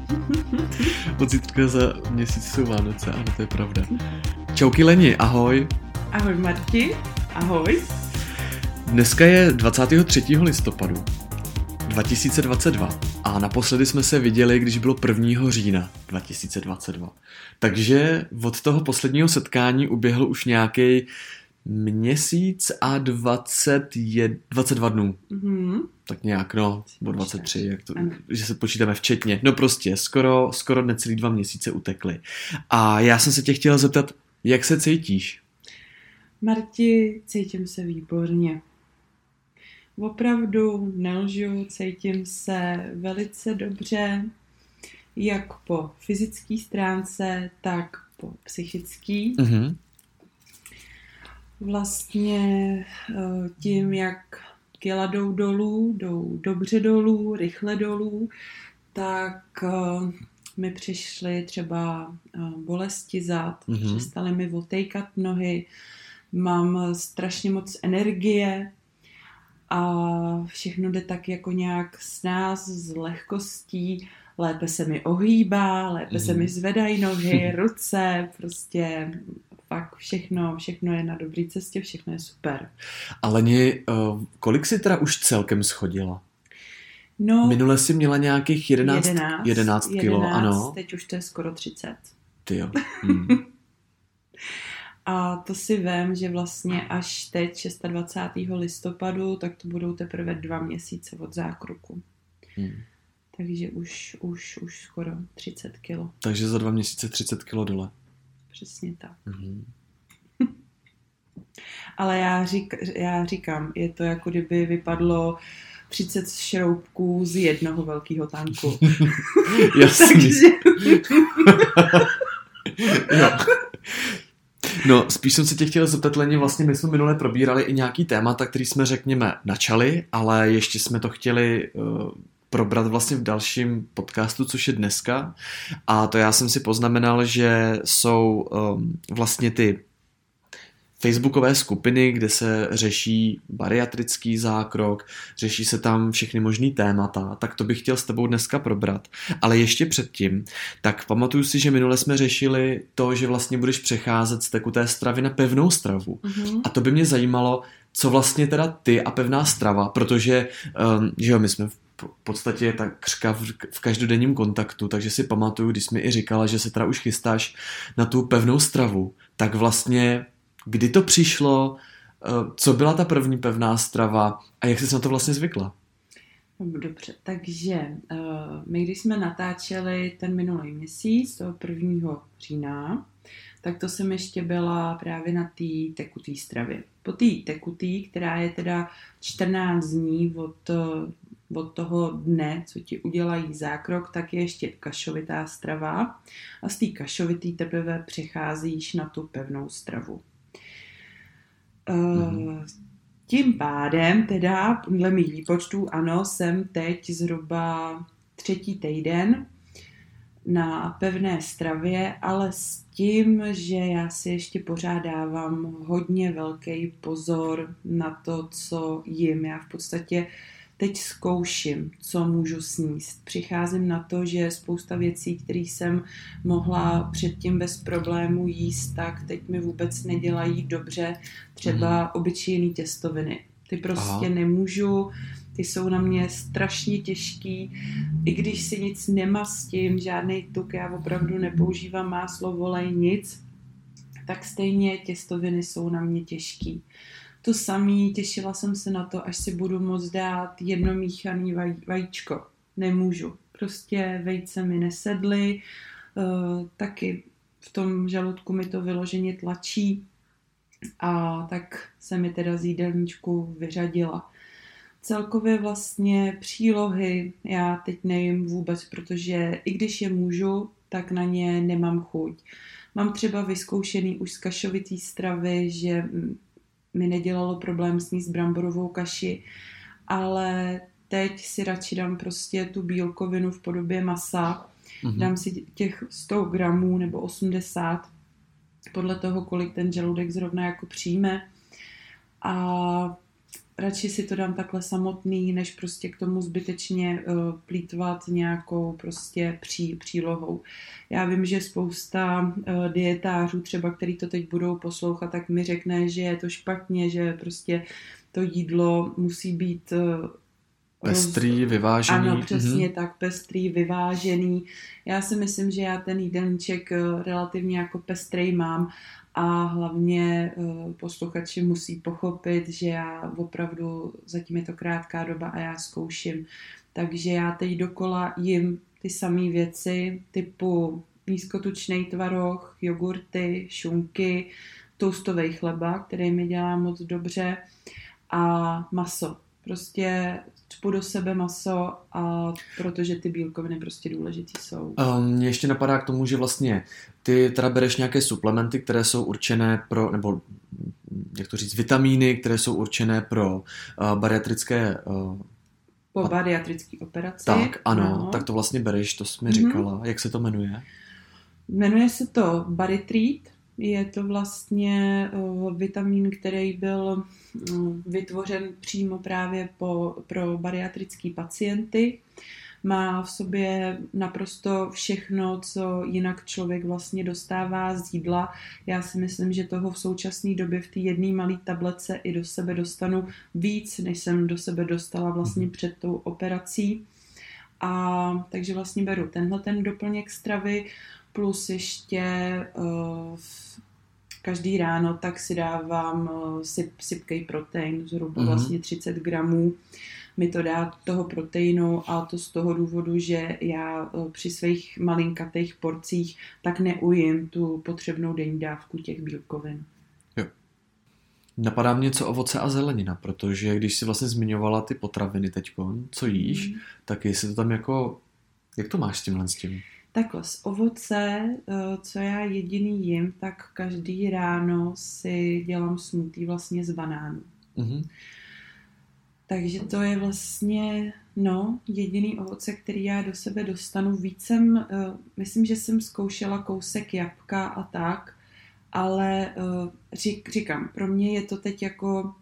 Od zítra za měsíc jsou Vánoce, ano, to je pravda. Čauky Leni, ahoj. Ahoj Marti, ahoj. Dneska je 23. listopadu 2022 a naposledy jsme se viděli, když bylo 1. října 2022. Takže od toho posledního setkání uběhl už nějaký měsíc a 22 dnů. Mm-hmm. Tak nějak, no, nebo 23, jak to, že se počítáme včetně. No prostě, skoro necelý 2 měsíce utekly. A já jsem se tě chtěla zeptat, jak se cítíš? Marti, cítím se výborně. Opravdu nelžu, cítím se velice dobře, jak po fyzické stránce, tak po psychické. Mm-hmm. Vlastně tím, jak kila jdou dolů, jdou dobře dolů, rychle dolů, tak mi přišly třeba bolesti zad, přestaly mi otejkat nohy, mám strašně moc energie a všechno jde tak jako nějak s nás, s lehkostí, lépe se mi ohýbá, lépe se mi zvedají nohy, ruce, prostě fakt všechno je na dobré cestě, všechno je super. Ale kolik jsi teda už celkem schodila? No, minule jsi měla nějakých 11 kilo, ano. Teď už to je skoro 30. Tyjo. A to si vem, že vlastně až teď 26. listopadu, tak to budou teprve 2 měsíce od zákroku. Takže už skoro 30 kilo. Takže za 2 měsíce 30 kilo dole. Přesně tak. Ale já říkám, je to jako kdyby vypadlo 30 šroubků z jednoho velkého tanku. Jasně. Jo. No, spíš jsem se tě chtěl zeptat, Leni, vlastně my jsme minule probírali i nějaký témata, který jsme, řekněme, načali, ale ještě jsme to chtěli probrat vlastně v dalším podcastu, což je dneska. A to já jsem si poznamenal, že jsou vlastně ty facebookové skupiny, kde se řeší bariatrický zákrok, řeší se tam všechny možný témata, tak to bych chtěl s tebou dneska probrat. Ale ještě předtím, tak pamatuju si, že minule jsme řešili to, že vlastně budeš přecházet z tekuté stravy na pevnou stravu. A to by mě zajímalo, co vlastně teda ty a pevná strava, protože že jo, my jsme v podstatě takřka v každodenním kontaktu, takže si pamatuju, když jsi mi i říkala, že se teda už chystáš na tu pevnou stravu, tak vlastně kdy to přišlo, co byla ta první pevná strava a jak jsi na to vlastně zvykla? Dobře, takže my když jsme natáčeli ten minulý měsíc, toho 1. října, tak to jsem ještě byla právě na té tekuté stravě. Po té tekuté, která je teda 14 dní od toho dne, co ti udělají zákrok, tak je ještě kašovitá strava a z té kašovitý teprve přecházíš na tu pevnou stravu. Tím pádem, teda podle mých výpočtů, ano, jsem teď zhruba 3. týden na pevné stravě, ale s tím, že já si ještě pořád dávám hodně velký pozor na to, co jim. Já v podstatě teď zkouším, co můžu sníst. Přicházím na to, že spousta věcí, které jsem mohla předtím bez problému jíst, tak teď mi vůbec nedělají dobře. Třeba obyčejný těstoviny. Ty prostě nemůžu, ty jsou na mě strašně těžký. I když si nic nemastím, žádnej tuk, já opravdu nepoužívám máslo, olej, nic, tak stejně těstoviny jsou na mě těžký. To samý, těšila jsem se na to, až si budu moct dát jedno míchaný vajíčko. Nemůžu. Prostě vejce mi nesedly, taky v tom žaludku mi to vyloženě tlačí a tak se mi teda z jídelníčku vyřadila. Celkově vlastně přílohy já teď nejím vůbec, protože i když je můžu, tak na ně nemám chuť. Mám třeba vyzkoušený už z kašovitý stravy, že mi nedělalo problém sníst bramborovou kaši, ale teď si radši dám prostě tu bílkovinu v podobě masa, dám si těch 100 gramů nebo 80, podle toho, kolik ten žaludek zrovna jako přijme a radši si to dám takhle samotný, než prostě k tomu zbytečně plýtvat nějakou prostě přílohou. Já vím, že spousta dietářů třeba, který to teď budou poslouchat, tak mi řekne, že je to špatně, že prostě to jídlo musí být pestrý, vyvážený. Ano, přesně tak, pestrý, vyvážený. Já si myslím, že já ten jídelníček relativně jako pestrý mám a hlavně posluchači musí pochopit, že já opravdu, zatím je to krátká doba a já zkouším. Takže já teď dokola jim ty samé věci typu nízkotučný tvaroh, jogurty, šunky, toastový chleba, který mi dělá moc dobře a maso. Prostě čpu do sebe maso, a protože ty bílkoviny prostě důležitý jsou. Mně ještě napadá k tomu, že vlastně ty teda bereš nějaké suplementy, které jsou určené pro, nebo jak to říct, vitamíny, které jsou určené pro bariatrické... Po bariatrické operaci. Tak, ano, no. Tak to vlastně bereš, to jsi mi říkala. Jak se to jmenuje? Jmenuje se to Baritreat. Je to vlastně vitamin, který byl vytvořen přímo právě pro bariatrické pacienty. Má v sobě naprosto všechno, co jinak člověk vlastně dostává z jídla. Já si myslím, že toho v současné době v té jedné malé tablece i do sebe dostanu víc, než jsem do sebe dostala vlastně před tou operací. A takže vlastně beru tenhle ten doplněk stravy, plus ještě každý ráno tak si dávám sypkej protein, zhruba vlastně 30 gramů. Mi to dá toho proteinu a to z toho důvodu, že já při svých malinkatých porcích tak neujím tu potřebnou denní dávku těch bílkovin. Jo. Napadá mě co ovoce a zelenina, protože když si vlastně zmiňovala ty potraviny teďko, co jíš, tak jestli to tam jako, jak to máš s tímhle s tím? Takhle, z ovoce, co já jediný jim, tak každý ráno si dělám smoothie vlastně z banánů. Takže to je vlastně, jediný ovoce, který já do sebe dostanu. Víc jsem, myslím, že jsem zkoušela kousek jabka a tak, ale říkám, pro mě je to teď jako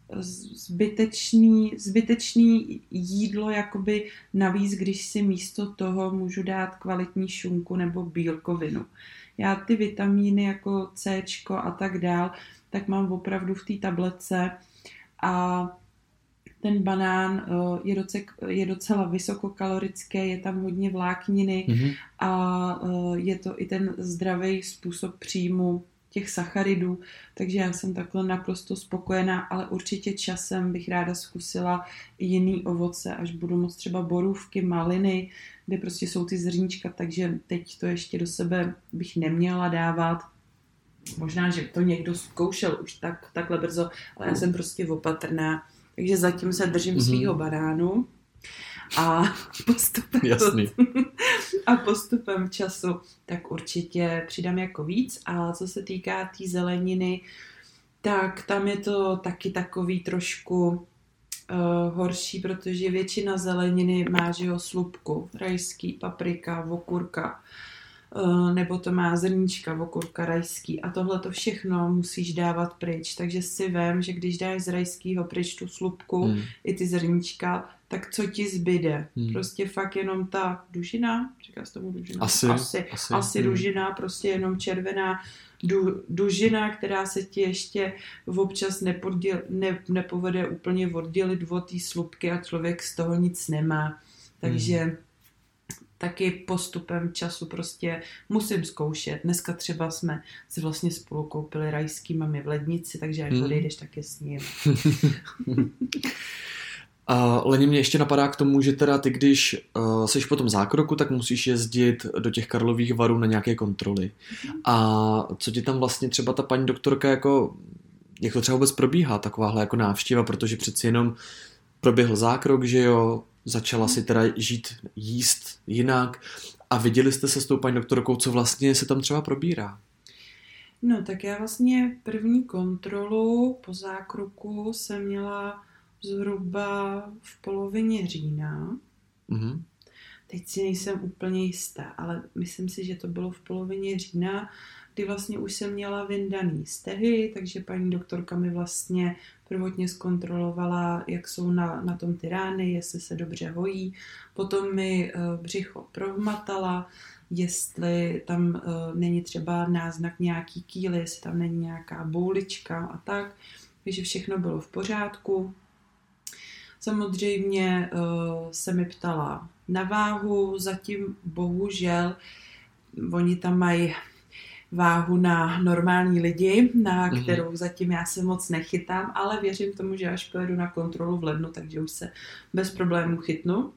zbytečný jídlo, jakoby navíc, když si místo toho můžu dát kvalitní šunku nebo bílkovinu. Já ty vitamíny jako Cčko a tak dál, tak mám opravdu v té tablece a ten banán je docela vysokokalorický, je tam hodně vlákniny a je to i ten zdravý způsob příjmu těch sacharidů, takže já jsem takhle naprosto spokojená, ale určitě časem bych ráda zkusila i jiný ovoce, až budu moct třeba borůvky, maliny, kde prostě jsou ty zrníčka, takže teď to ještě do sebe bych neměla dávat. Možná, že to někdo zkoušel už takhle brzo, ale já jsem prostě opatrná. Takže zatím se držím svýho banánu a postupem času tak určitě přidám jako víc. A co se týká té zeleniny, tak tam je to taky takový trošku horší, protože většina zeleniny má, že jo, slupku, rajský, paprika, okurka, nebo to má zrníčka, okurka, rajský a tohle to všechno musíš dávat pryč, takže si vem, že když dáš z rajskýho pryč tu slupku i ty zrníčka, tak co ti zbyde? Prostě fakt jenom ta dužina, říká se tomu dužina? Asi dužina, prostě jenom červená dužina, která se ti ještě občas nepovede úplně oddělit od té slupky a člověk z toho nic nemá. Takže taky postupem času prostě musím zkoušet. Dneska třeba jsme si vlastně spolu koupili rajský, máme v lednici, takže jak odejdeš, tak je s ním. Leni, mě ještě napadá k tomu, že teda ty, když seš po tom zákroku, tak musíš jezdit do těch Karlových Varů na nějaké kontroly. A co ti tam vlastně třeba ta paní doktorka jako, jak to třeba vůbec probíhá, takováhle jako návštěva, protože přeci jenom proběhl zákrok, že jo, začala si teda jíst jinak a viděli jste se s tou paní doktorkou, co vlastně se tam třeba probírá? No tak já vlastně první kontrolu po zákroku jsem měla zhruba v polovině října. Teď si nejsem úplně jistá, ale myslím si, že to bylo v polovině října. kdy vlastně už jsem měla vyndaný stehy, takže paní doktorka mi vlastně prvotně zkontrolovala, jak jsou na tom ty rány, jestli se dobře hojí. Potom mi břicho prohmatala, jestli tam není třeba náznak nějaký kýly, jestli tam není nějaká boulička a tak. Takže všechno bylo v pořádku. Samozřejmě se mi ptala na váhu, zatím bohužel oni tam mají váhu na normální lidi, na kterou zatím já se moc nechytám, ale věřím tomu, že až pojedu na kontrolu v lednu, takže už se bez problémů chytnu.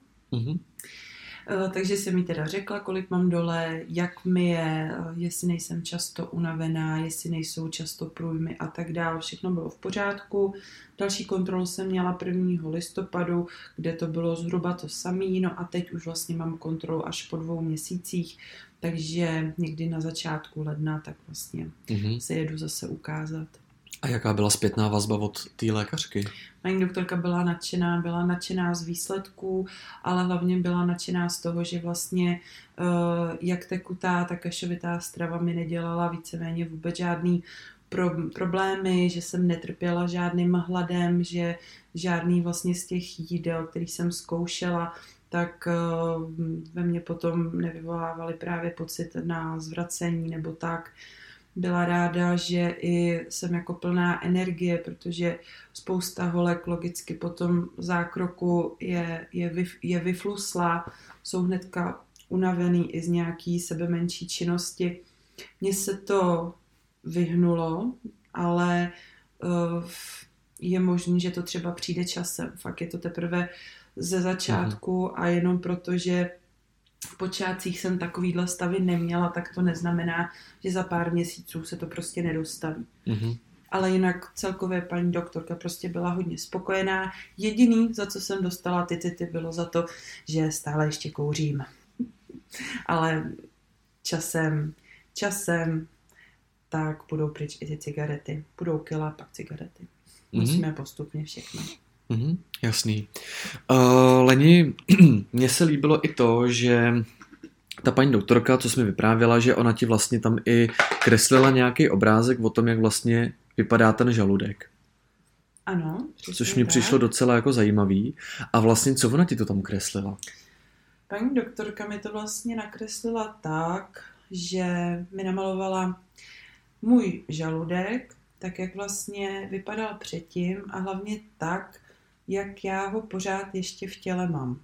Takže jsem mi teda řekla, kolik mám dole, jak mi je, jestli nejsem často unavená, jestli nejsou často průjmy a tak dále. Všechno bylo v pořádku. Další kontrolu jsem měla 1. listopadu, kde to bylo zhruba to samé. No a teď už vlastně mám kontrolu až po 2 měsících, takže někdy na začátku ledna tak vlastně se jedu zase ukázat. A jaká byla zpětná vazba od té lékařky? Paní doktorka byla nadšená z výsledků, ale hlavně byla nadšená z toho, že vlastně jak tekutá, tak kašovitá strava mi nedělala víceméně vůbec žádný problémy, že jsem netrpěla žádným hladem, že žádný vlastně z těch jídel, který jsem zkoušela, tak ve mně potom nevyvolávaly právě pocit na zvracení nebo tak. Byla ráda, že i jsem jako plná energie, protože spousta holek logicky po tom zákroku je vyfluslá, jsou hnedka unavený i z nějaký sebemenší činnosti. Mně se to vyhnulo, ale je možné, že to třeba přijde časem. Fakt je to teprve ze začátku a jenom proto, že v počátcích jsem takovýhle stavy neměla, tak to neznamená, že za pár měsíců se to prostě nedostaví. Ale jinak celkově paní doktorka prostě byla hodně spokojená. Jediný, za co jsem dostala ty city, bylo za to, že stále ještě kouřím. Ale časem tak budou pryč i ty cigarety. Budou kila, pak cigarety. Musíme postupně všechno. Jasný. Leni, mně se líbilo i to, že ta paní doktorka, co jsi mi vyprávěla, že ona ti vlastně tam i kreslila nějaký obrázek o tom, jak vlastně vypadá ten žaludek. Ano. Což mi přišlo docela jako zajímavý. A vlastně co ona ti to tam kreslila? Paní doktorka mi to vlastně nakreslila tak, že mi namalovala můj žaludek, tak jak vlastně vypadal předtím a hlavně tak, jak já ho pořád ještě v těle mám.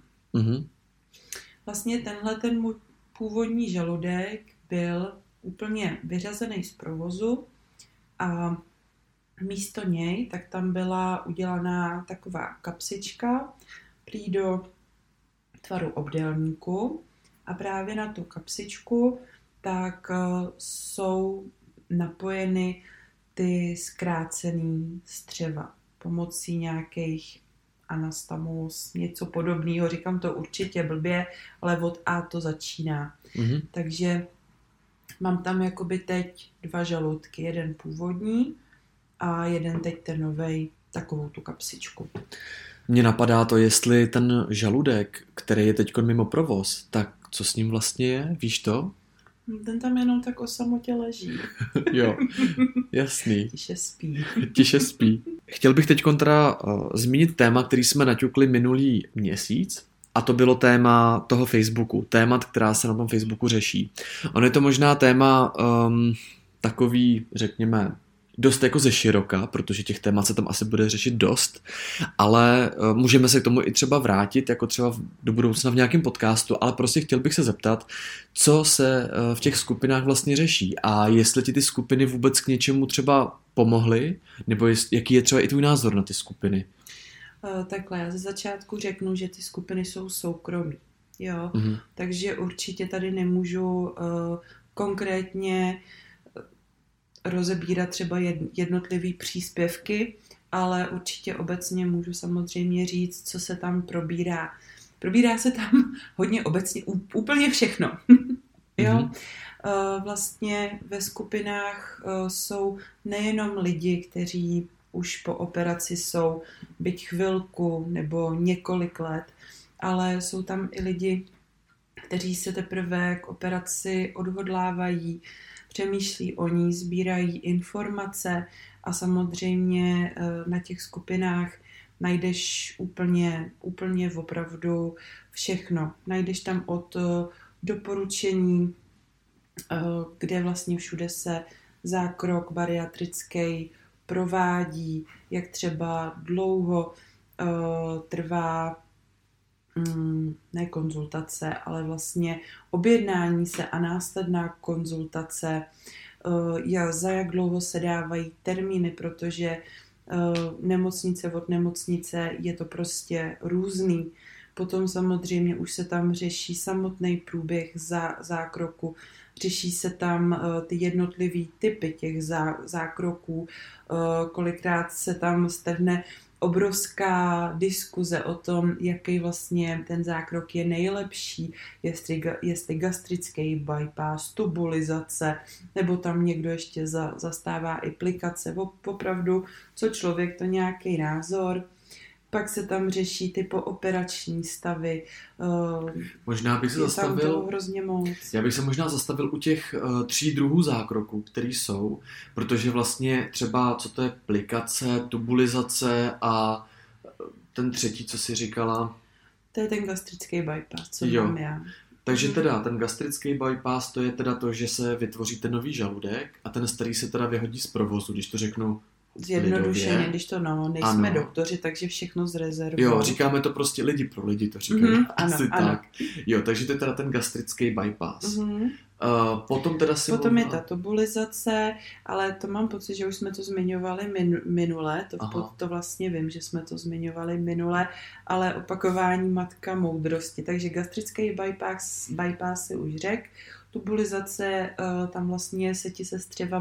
Vlastně ten můj původní žaludek byl úplně vyřazený z provozu a místo něj tak tam byla udělaná taková kapsička prý do tvaru obdélníku a právě na tu kapsičku tak jsou napojeny ty zkrácený střeva pomocí nějakých anastamus, něco podobného. Říkám to určitě blbě, ale od A to začíná. Takže mám tam jakoby teď 2 žaludky. Jeden původní a jeden teď ten novej, takovou tu kapsičku. Mně napadá to, jestli ten žaludek, který je teď mimo provoz, tak co s ním vlastně je? Víš to? Ten tam jenom tak o samotě leží. Jo, jasný. Tiše spí. Chtěl bych teď zmínit téma, který jsme naťukli minulý měsíc, a to bylo téma toho Facebooku, témat, která se na tom Facebooku řeší. Ono je to možná téma takový, řekněme, dost jako ze široka, protože těch témat se tam asi bude řešit dost, ale můžeme se k tomu i třeba vrátit, jako třeba do budoucna v nějakém podcastu, ale prostě chtěl bych se zeptat, co se v těch skupinách vlastně řeší a jestli ti ty skupiny vůbec k něčemu třeba pomohly, nebo jaký je třeba i tvůj názor na ty skupiny. Takhle, já ze začátku řeknu, že ty skupiny jsou soukromí, jo, takže určitě tady nemůžu konkrétně rozebírat třeba jednotlivý příspěvky, ale určitě obecně můžu samozřejmě říct, co se tam probírá. Probírá se tam hodně obecně, úplně všechno. Jo? Vlastně ve skupinách jsou nejenom lidi, kteří už po operaci jsou byť chvilku nebo několik let, ale jsou tam i lidi, kteří se teprve k operaci odhodlávají. přemýšlí o ní, sbírají informace a samozřejmě na těch skupinách najdeš úplně opravdu všechno. Najdeš tam od doporučení, kde vlastně všude se zákrok bariatrický provádí, jak třeba dlouho trvá ne konzultace, ale vlastně objednání se a následná konzultace, za jak dlouho se dávají termíny, protože nemocnice od nemocnice je to prostě různý. Potom samozřejmě už se tam řeší samotný průběh zákroku, řeší se tam ty jednotlivý typy těch zákroků, kolikrát se tam strhne obrovská diskuze o tom, jaký vlastně ten zákrok je nejlepší, jestli gastrický bypass, tubulizace, nebo tam někdo ještě zastává i plikace. Opravdu, co člověk, to nějaký názor. Pak se tam řeší ty pooperační stavy. Možná bych se zastavil. Hrozně moc. Já bych se možná zastavil u těch 3 druhů zákroků, který jsou, protože vlastně třeba, co to je plikace, tubulizace a ten třetí, co jsi říkala? To je ten gastrický bypass, co mám já. Takže teda ten gastrický bypass, to je teda to, že se vytvoří ten nový žaludek a ten starý se teda vyhodí z provozu, když to řeknu zjednodušeně, když to nejsme doktoři, takže všechno z rezervou. Jo, říkáme to prostě lidi pro lidi, to říkají. Ano. Tak. Jo, takže to je teda ten gastrický bypass. Potom je ta tubulizace, ale to mám pocit, že už jsme to zmiňovali minule, to vlastně vím, že jsme to zmiňovali minule, ale opakování matka moudrosti. Takže gastrický bypass si už řek, tubulizace, tam vlastně se ti se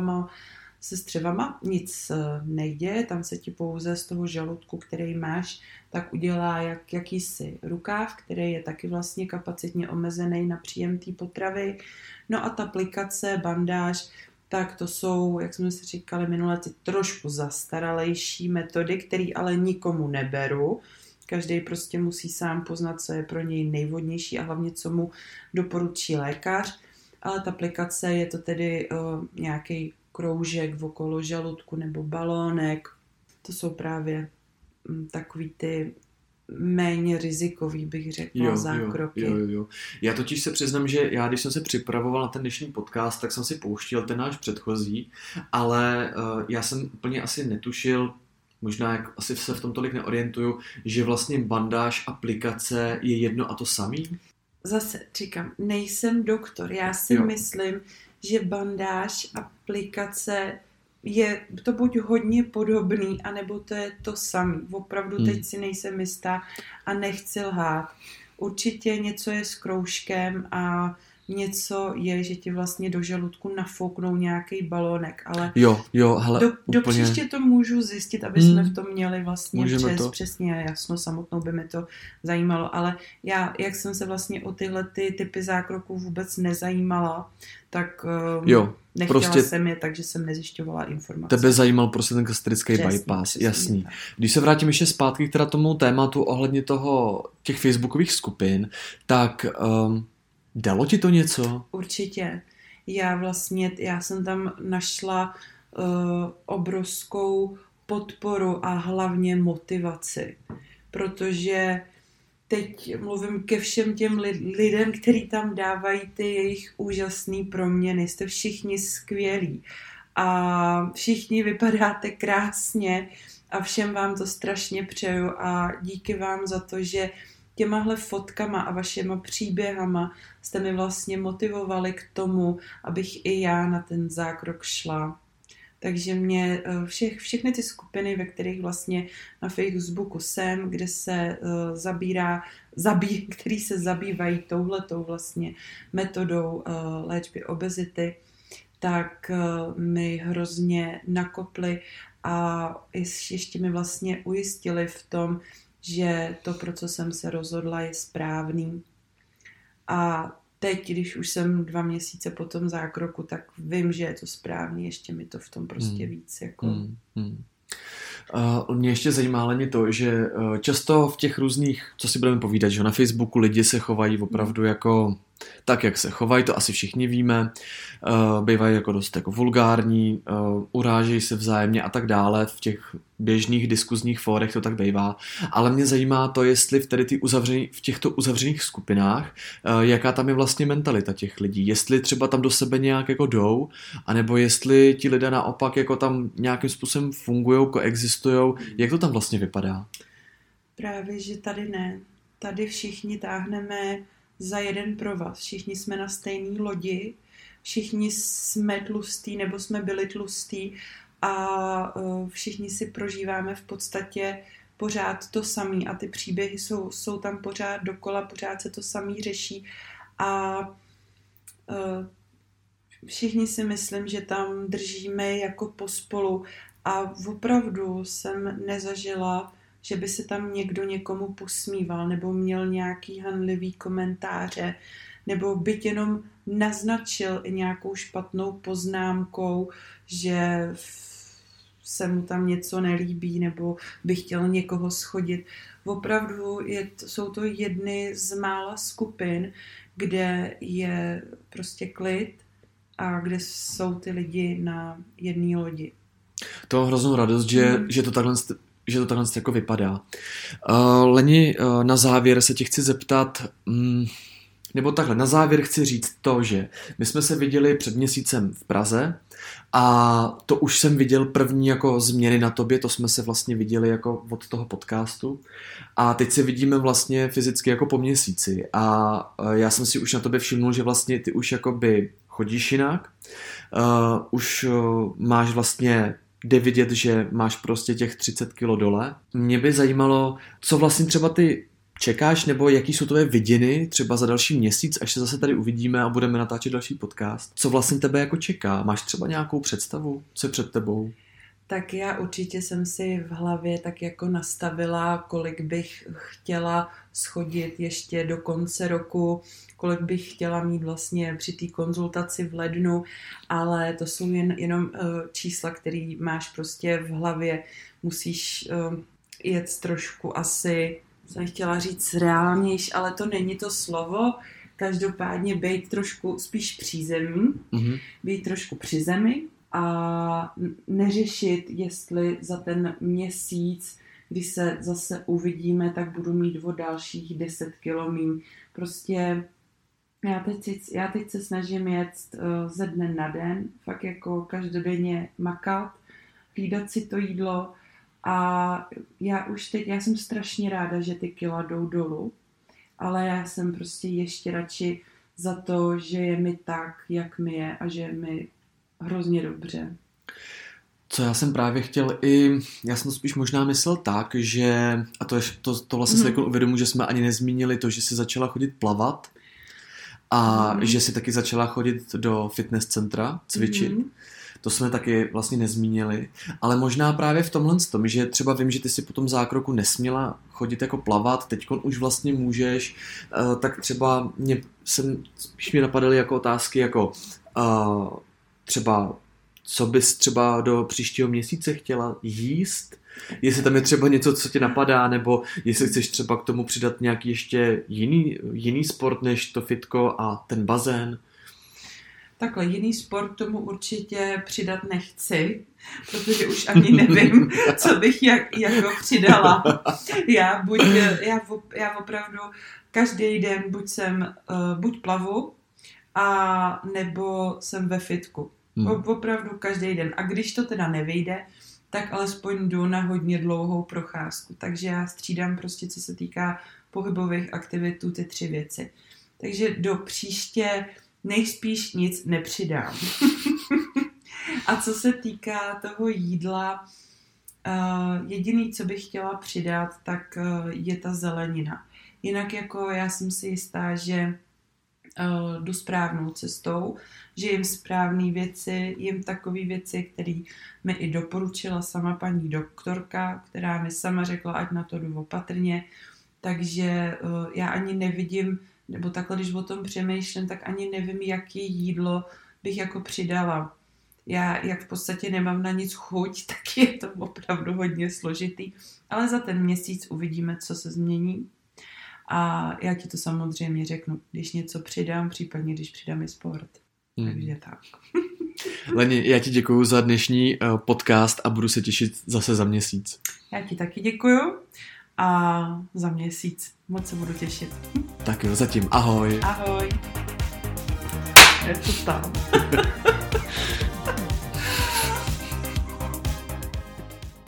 střevama nic nejde, tam se ti pouze z toho žaludku, který máš, tak udělá jakýsi rukáv, který je taky vlastně kapacitně omezený na příjem té potravy. No a ta aplikace, bandáž, tak to jsou, jak jsme si říkali minule, ty trošku zastaralejší metody, které ale nikomu neberu. Každý prostě musí sám poznat, co je pro něj nejvhodnější a hlavně, co mu doporučí lékař. Ale ta aplikace je to tedy nějaký kroužek okolo žaludku nebo balónek. To jsou právě takový ty méně rizikový, bych řekla, zákroky. Jo. Já totiž se přiznám, že když jsem se připravoval na ten dnešní podcast, tak jsem si pouštěl ten náš předchozí, ale já jsem úplně asi netušil, možná jak asi se v tom tolik neorientuju, že vlastně bandáž, aplikace je jedno a to samý? Zase říkám, nejsem doktor, já si myslím, že bandáž, aplikace je to buď hodně podobný, anebo to je to samý. Opravdu teď si nejsem jistá a nechci lhát. Určitě něco je s kroužkem a něco je, že ti vlastně do žaludku nafouknou nějaký balónek, ale hele, do příště to můžu zjistit, aby jsme v tom měli vlastně přesně jasno, samotnou by mi to zajímalo, ale já, jak jsem se vlastně o tyhle typy zákroků vůbec nezajímala, tak nechtěla jsem je, takže jsem nezjišťovala informace. Tebe zajímal prostě ten gastrický bypass, jasný. Když se vrátím ještě zpátky k teda tomu tématu ohledně těch facebookových skupin, tak dalo ti to něco? Určitě. Já jsem tam našla obrovskou podporu a hlavně motivaci, protože teď mluvím ke všem těm lidem, kteří tam dávají ty jejich úžasné proměny. Jste všichni skvělí a všichni vypadáte krásně a všem vám to strašně přeju a díky vám za to, že těmahle fotkama a vašima příběhama jste mi vlastně motivovali k tomu, abych i já na ten zákrok šla. Takže mě všechny ty skupiny, ve kterých vlastně na Facebooku jsem, kde se který se zabývají touhletou vlastně metodou léčby obezity, tak mi hrozně nakoply a ještě mi vlastně ujistili v tom, že to, pro co jsem se rozhodla, je správný. A teď, když už jsem 2 měsíce po tom zákroku, tak vím, že je to správný, ještě mi to v tom prostě víc jako... Mě ještě zajímá hlavně to, že často v těch různých, co si budeme povídat, že na Facebooku lidi se chovají opravdu jako tak, jak se chovají, to asi všichni víme, bývají jako dost jako vulgární, urážejí se vzájemně a tak dále, v těch běžných diskuzních fórech to tak bývá, ale mě zajímá to, jestli v těchto uzavřených skupinách, jaká tam je vlastně mentalita těch lidí, jestli třeba tam do sebe nějak jako jdou, anebo jestli ti lidé naopak jako tam nějakým způsobem fungujou, koexistujou, jak to tam vlastně vypadá? Právě, že tady ne. Tady všichni táhneme za jeden provaz. Všichni jsme na stejné lodi, všichni jsme tlustí nebo jsme byli tlustí a všichni si prožíváme v podstatě pořád to samé a ty příběhy jsou tam pořád dokola, pořád se to samý řeší a všichni si myslím, že tam držíme jako pospolu a opravdu jsem nezažila, že by se tam někdo někomu posmíval nebo měl nějaký hanlivý komentáře nebo byť jenom naznačil nějakou špatnou poznámkou, že se mu tam něco nelíbí nebo by chtěl někoho shodit. Opravdu jsou to jedny z mála skupin, kde je prostě klid a kde jsou ty lidi na jedné lodi. To mám hroznou radost, že to takhle jako vypadá. Leni, na závěr se tě chci zeptat, nebo takhle, na závěr chci říct to, že my jsme se viděli před měsícem v Praze a to už jsem viděl první jako změny na tobě, to jsme se vlastně viděli jako od toho podcastu a teď se vidíme vlastně fyzicky jako po měsíci a já jsem si už na tobě všimnul, že vlastně ty už jakoby chodíš jinak, už máš vlastně jde vidět, že máš prostě těch 30 kilo dole. Mě by zajímalo, co vlastně třeba ty čekáš, nebo jaký jsou tvoje vidiny třeba za další měsíc, až se zase tady uvidíme a budeme natáčet další podcast. Co vlastně tebe jako čeká? Máš třeba nějakou představu, co je před tebou? Tak já určitě jsem si v hlavě tak jako nastavila, kolik bych chtěla schodit ještě do konce roku, kolik bych chtěla mít vlastně při té konzultaci v lednu, ale to jsou jenom čísla, které máš prostě v hlavě. Musíš jet trošku asi, jsem chtěla říct reálnější, ale to není to slovo, každopádně být trošku spíš přízemí, být trošku při zemi, a neřešit, jestli za ten měsíc, kdy se zase uvidíme, tak budu mít o dalších 10 kilo míň. Prostě já teď se snažím jet ze dne na den, fakt jako každodenně makat, hlídat si to jídlo a já jsem strašně ráda, že ty kila jdou dolů, ale já jsem prostě ještě radši za to, že je mi tak, jak mi je a že je mi hrozně dobře. Co já jsem právě chtěl já jsem to spíš možná myslel tak, že, a to vlastně si jako uvědomuji, že jsme ani nezmínili to, že jsi začala chodit plavat a že jsi taky začala chodit do fitness centra, cvičit. To jsme taky vlastně nezmínili, ale možná právě v tomhle tom, že třeba vím, že ty si po tom zákroku nesměla chodit jako plavat, teďkon už vlastně můžeš, tak třeba spíš mě napadaly jako otázky jako třeba, co bys třeba do příštího měsíce chtěla jíst, jestli tam je třeba něco, co tě napadá, nebo jestli chceš třeba k tomu přidat nějaký ještě jiný sport než to fitko a ten bazén. Takhle, jiný sport tomu určitě přidat nechci, protože už ani nevím, co bych jako přidala. Já opravdu každý den buď plavu, a nebo jsem ve fitku. Opravdu každý den. A když to teda nevyjde, tak alespoň jdu na hodně dlouhou procházku. Takže já střídám prostě, co se týká pohybových aktivitů, ty 3 věci. Takže do příště nejspíš nic nepřidám. A co se týká toho jídla, jediný, co bych chtěla přidat, tak je ta zelenina. Jinak jako já jsem si jistá, že jdu správnou cestou, že jim správné věci, jim takové věci, které mi i doporučila sama paní doktorka, která mi sama řekla, ať na to jdu opatrně. Takže já ani nevidím, nebo takhle, když o tom přemýšlím, tak ani nevím, jaký jídlo bych jako přidala. Já jak v podstatě nemám na nic chuť, tak je to opravdu hodně složitý. Ale za ten měsíc uvidíme, co se změní. A já ti to samozřejmě řeknu, když něco přidám, případně když přidám i sport. Takže tak. Leni, já ti děkuju za dnešní podcast a budu se těšit zase za měsíc. Já ti taky děkuju a za měsíc moc se budu těšit. Tak jo, zatím ahoj. Ahoj. Je to tam.